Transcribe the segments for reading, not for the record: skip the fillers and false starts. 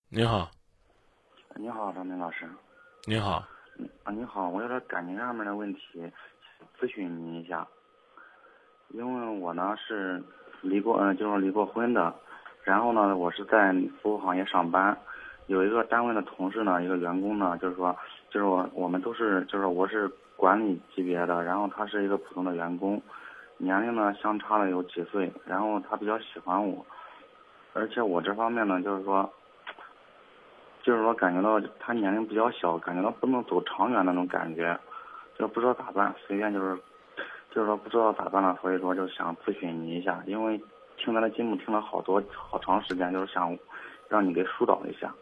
你好， 你好，张明老师。 你好。 你好，我有点感情上面的问题，咨询你一下。因为我呢是就是离过婚的，然后呢，我是在服务行业上班，有一个单位的同事呢，一个员工呢，就是我们都是，就是我是管理级别的，然后他是一个普通的员工，年龄呢相差了有几岁，然后他比较喜欢我，而且我这方面呢，就是说感觉到他年龄比较小，感觉到不能走长远那种感觉，就不知道咋办，随便就是说不知道咋办了，所以说就想咨询你一下，因为听他的节目听了好长时间，就是想让你给疏导一下。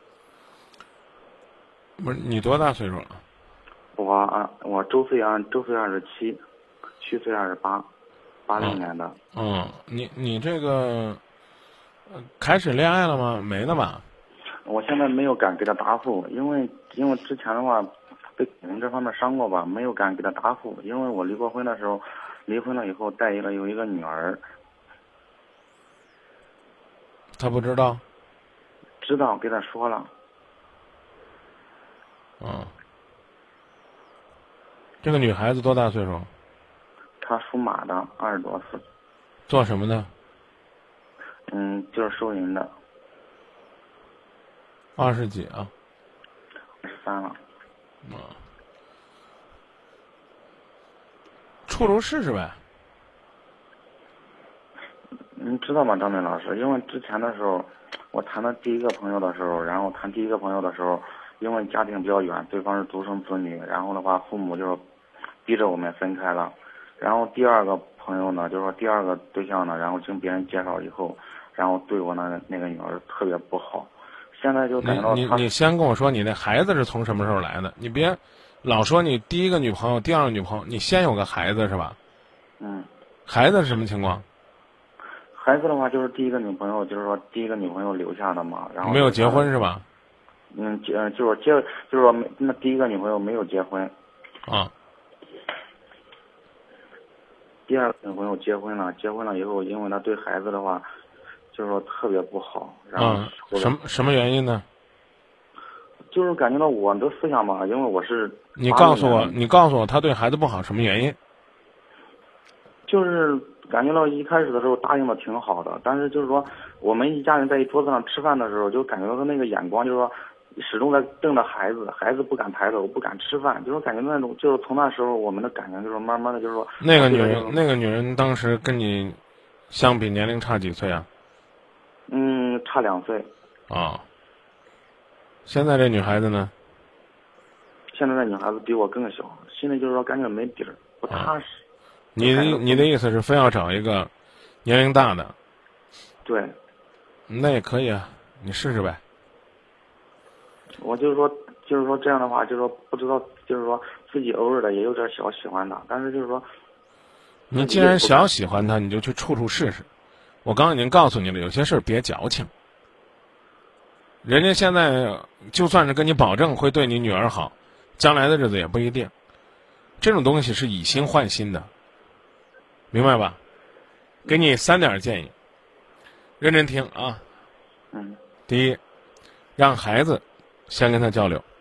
不是你多大岁数了？ 我周岁27，虚岁28，86年的。 你这个开始恋爱了吗？没呢吧？ 我现在没有敢给他答复，因为之前的话被感情这方面伤过吧，没有敢给他答复。因为我离过婚的时候，离婚了以后有一个女儿， 他不知道。 知道给他说了。 这个女孩子多大岁数？ 她属马的，20多岁。 做什么的就是收银的。 ？20几啊 23了。 处处试试呗。 你知道吗，张明老师？因为之前的时候，我谈的第一个朋友的时候，因为家庭比较远，对方是独生子女，然后的话，父母就逼着我们分开了。然后第二个朋友呢，就是说第二个对象呢，然后经别人介绍以后，然后对我那个女儿特别不好。现在就感觉到你先跟我说，你那孩子是从什么时候来的？你别老说你第一个女朋友、第二个女朋友，你先有个孩子是吧？孩子是什么情况？ 孩子的话就是第一个女朋友，就是说第一个女朋友留下的嘛，然后没有结婚是吧？ 就是说那第一个女朋友没有结婚。第二个女朋友结婚了以后，因为她对孩子的话，就是说特别不好，然后什么原因呢？ 就是感觉到我的思想吧，因为我是你告诉我，他对孩子不好什么原因？ 就是感觉到一开始的时候答应的挺好的，但是就是说我们一家人在一桌子上吃饭的时候，就感觉到他那个眼光，就是说始终在瞪着孩子，孩子不敢抬头，不敢吃饭，就是感觉那种，就是从那时候我们的感情就是慢慢的就是说。 那个女人当时跟你相比年龄差几岁啊？ 差2岁。 现在这女孩子呢？ 现在这女孩子比我更小，心里就是说感觉没底儿，不踏实。 你的意思是非要找一个年龄大的？ 对。 那也可以啊，你试试呗。 我就是说这样的话，就是说不知道，就是说自己偶尔的也有点小喜欢他，但是就是说， 你既然小喜欢他，你就去处试试。我刚刚已经告诉你了，有些事儿别矫情。人家现在就算是跟你保证会对你女儿好，将来的日子也不一定。这种东西是以心换心的，明白吧？给你3点建议，认真听啊。第一，让孩子先跟他交流。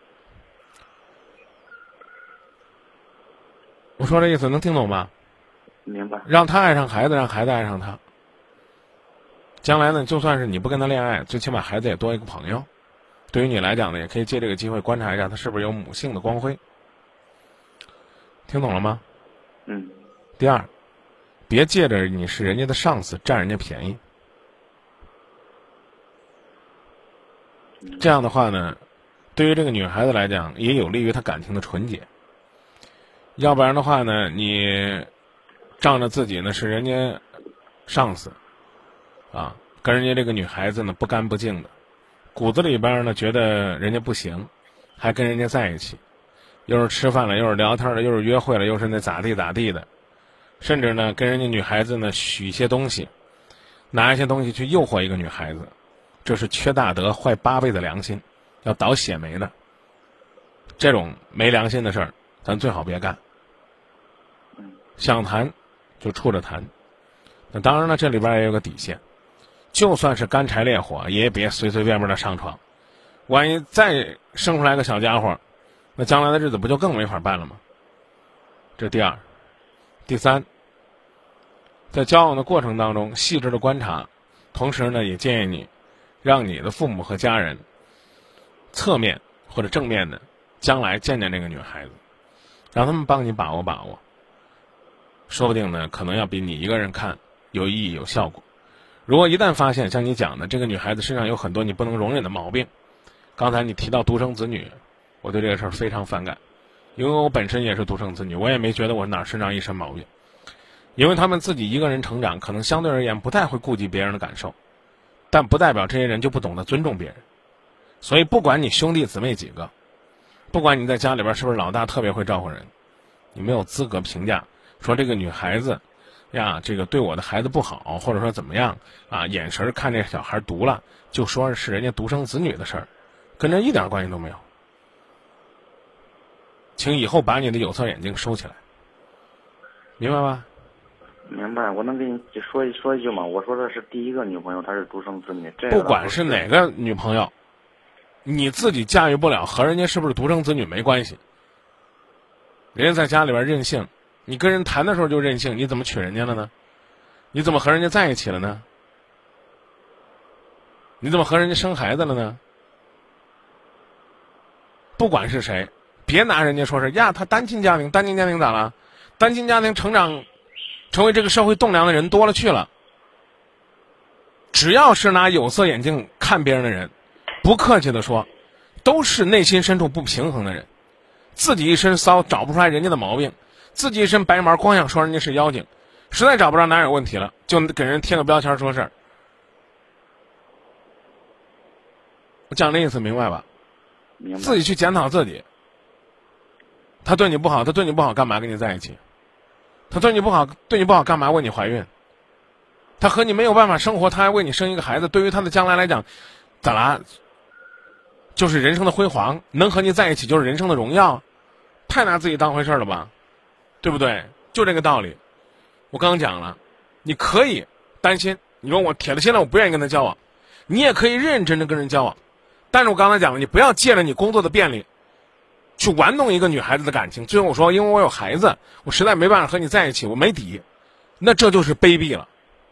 我说这意思能听懂吧？ 明白。 让他爱上孩子，让孩子爱上他。将来呢，就算是你不跟他恋爱，最起码孩子也多一个朋友。对于你来讲呢，也可以借这个机会观察一下他是不是有母性的光辉。听懂了吗？第二，别借着你是人家的上司占人家便宜。这样的话呢，对于这个女孩子来讲，也有利于她感情的纯洁。要不然的话呢，你仗着自己呢是人家上司跟人家这个女孩子呢不干不净的，骨子里边呢觉得人家不行，还跟人家在一起，又是吃饭了，又是聊天了，又是约会了，又是那咋地的，甚至呢跟人家女孩子呢许一些东西，拿一些东西去诱惑一个女孩子，这是缺大德坏8辈子良心，要倒血霉的。这种没良心的事儿，咱最好别干。想谈就处着谈。当然了，这里边也有个底线，就算是干柴烈火，也别随随便便的上床。 万一再生出来个小家伙，那将来的日子不就更没法办了吗？这第二。第三，在交往的过程当中细致的观察，同时呢，也建议你让你的父母和家人侧面或者正面的将来见见这个女孩子，让他们帮你把握把握，说不定呢，可能要比你一个人看有意义有效果。如果一旦发现像你讲的这个女孩子身上有很多你不能容忍的毛病，刚才你提到独生子女，我对这个事儿非常反感，因为我本身也是独生子女，我也没觉得我哪儿身上一身毛病，因为他们自己一个人成长，可能相对而言不太会顾及别人的感受，但不代表这些人就不懂得尊重别人。所以不管你兄弟姊妹几个，不管你在家里边是不是老大特别会照顾人，你没有资格评价说这个女孩子呀，这个对我的孩子不好，或者说怎么样啊，眼神看这小孩毒了，就说是人家独生子女的事儿，跟这一点关系都没有。请以后把你的有色眼镜收起来，明白吗？ 明白。我能跟你说一句吗？我说的是第一个女朋友，她是独生子女。这不管是哪个女朋友，你自己驾驭不了，和人家是不是独生子女没关系。人家在家里边任性，你跟人谈的时候就任性，你怎么娶人家了呢？你怎么和人家在一起了呢？你怎么和人家生孩子了呢？不管是谁，别拿人家说是呀，他单亲家庭咋了？单亲家庭成为这个社会栋梁的人多了去了。只要是拿有色眼镜看别人的人，不客气的说，都是内心深处不平衡的人，自己一身骚找不出来人家的毛病，自己一身白毛光想说人家是妖精，实在找不着哪有问题了，就给人贴个标签说事儿。我讲这意思明白吧？ 明白。 自己去检讨自己。他对你不好干嘛跟你在一起？他对你不好干嘛为你怀孕？他和你没有办法生活，他还为你生一个孩子，对于他的将来来讲，咋啦？就是人生的辉煌，能和你在一起就是人生的荣耀，太拿自己当回事了吧？对不对？就这个道理。我刚刚讲了，你可以担心，你说我铁了心了，我不愿意跟他交往，你也可以认认真真跟人交往，但是我刚才讲了，你不要借着你工作的便利去玩弄一个女孩子的感情，最后我说因为我有孩子，我实在没办法和你在一起，我没底，那这就是卑鄙了。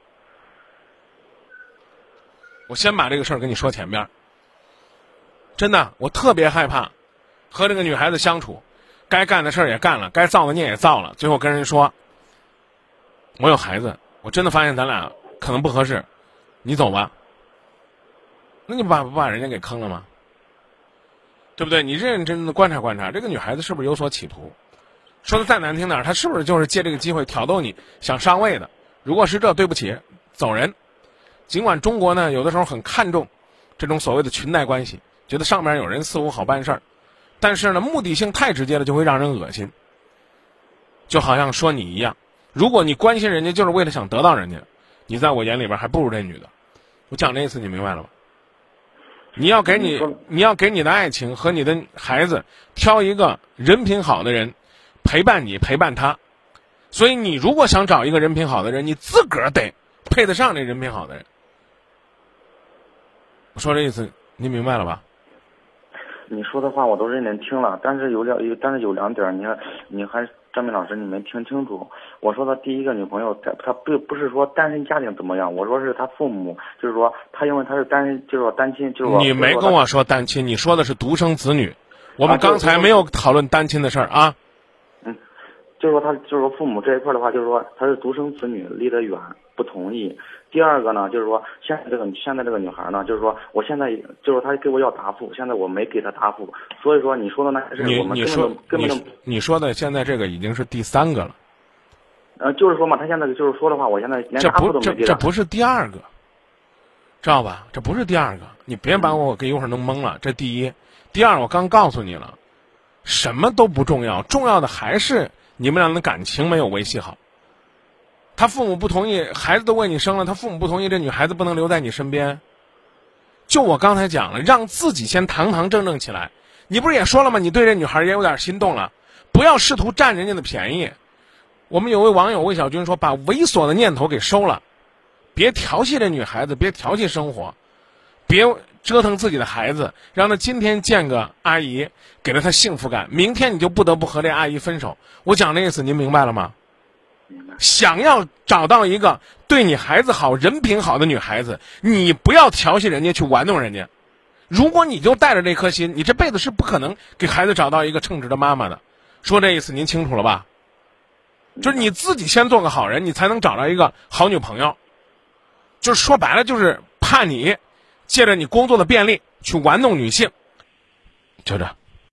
我先把这个事儿跟你说前边，真的，我特别害怕和这个女孩子相处，该干的事儿也干了，该造的孽也造了，最后跟人说我有孩子，我真的发现咱俩可能不合适，你走吧。那你不把人家给坑了吗？对不对？你认认真真的观察观察，这个女孩子是不是有所企图？说的再难听点，她是不是就是借这个机会挑逗你，想上位的？如果是这，对不起，走人。尽管中国呢有的时候很看重这种所谓的裙带关系，觉得上面有人似乎好办事儿，但是呢目的性太直接了，就会让人恶心。就好像说你一样，如果你关心人家就是为了想得到人家，你在我眼里边还不如这女的。我讲这一次你明白了吧？你要给你的爱情和你的孩子挑一个人品好的人陪伴你，陪伴他。所以你如果想找一个人品好的人，你自个儿得配得上这人品好的人。我说这意思你明白了吧？ 你说的话我都认真听了，但是有两点，你还张明老师你没听清楚。我说的第一个女朋友，她不是说单身家庭怎么样，我说是她父母，就是说她因为她是就是说单亲，就是说你没跟我说单亲，你说的是独生子女。我们刚才没有讨论单亲的事儿啊。 就是说他就是说父母这一块的话，就是说他是独生子女，离得远，不同意。第二个呢，就是说现在这个女孩呢，就是说我现在就是说她给我要答复，现在我没给她答复，所以说你说的那是我们根本你说的现在这个已经是第三个了。 就是说嘛，他现在就是说的话，我现在连答复都没给他。 这不是第二个，知道吧？这不是第二个，你别把我给一会儿弄懵了。这第一，第二我刚告诉你了，什么都不重要，重要的还是你们俩的感情没有维系好。他父母不同意，孩子都为你生了，他父母不同意，这女孩子不能留在你身边。就我刚才讲了，让自己先堂堂正正起来。你不是也说了吗？你对这女孩也有点心动了，不要试图占人家的便宜。我们有位网友魏小军说，把猥琐的念头给收了，别调戏这女孩子，别调戏生活，别折腾自己的孩子，让他今天见个阿姨，给了他幸福感，明天你就不得不和这阿姨分手。我讲的意思您明白了吗？ 明白。 想要找到一个对你孩子好、人品好的女孩子，你不要调戏人家，去玩弄人家。如果你就带着这颗心，你这辈子是不可能给孩子找到一个称职的妈妈的。说这意思您清楚了吧？就是你自己先做个好人，你才能找到一个好女朋友。就是说白了，就是怕你借着你工作的便利去玩弄女性，就这。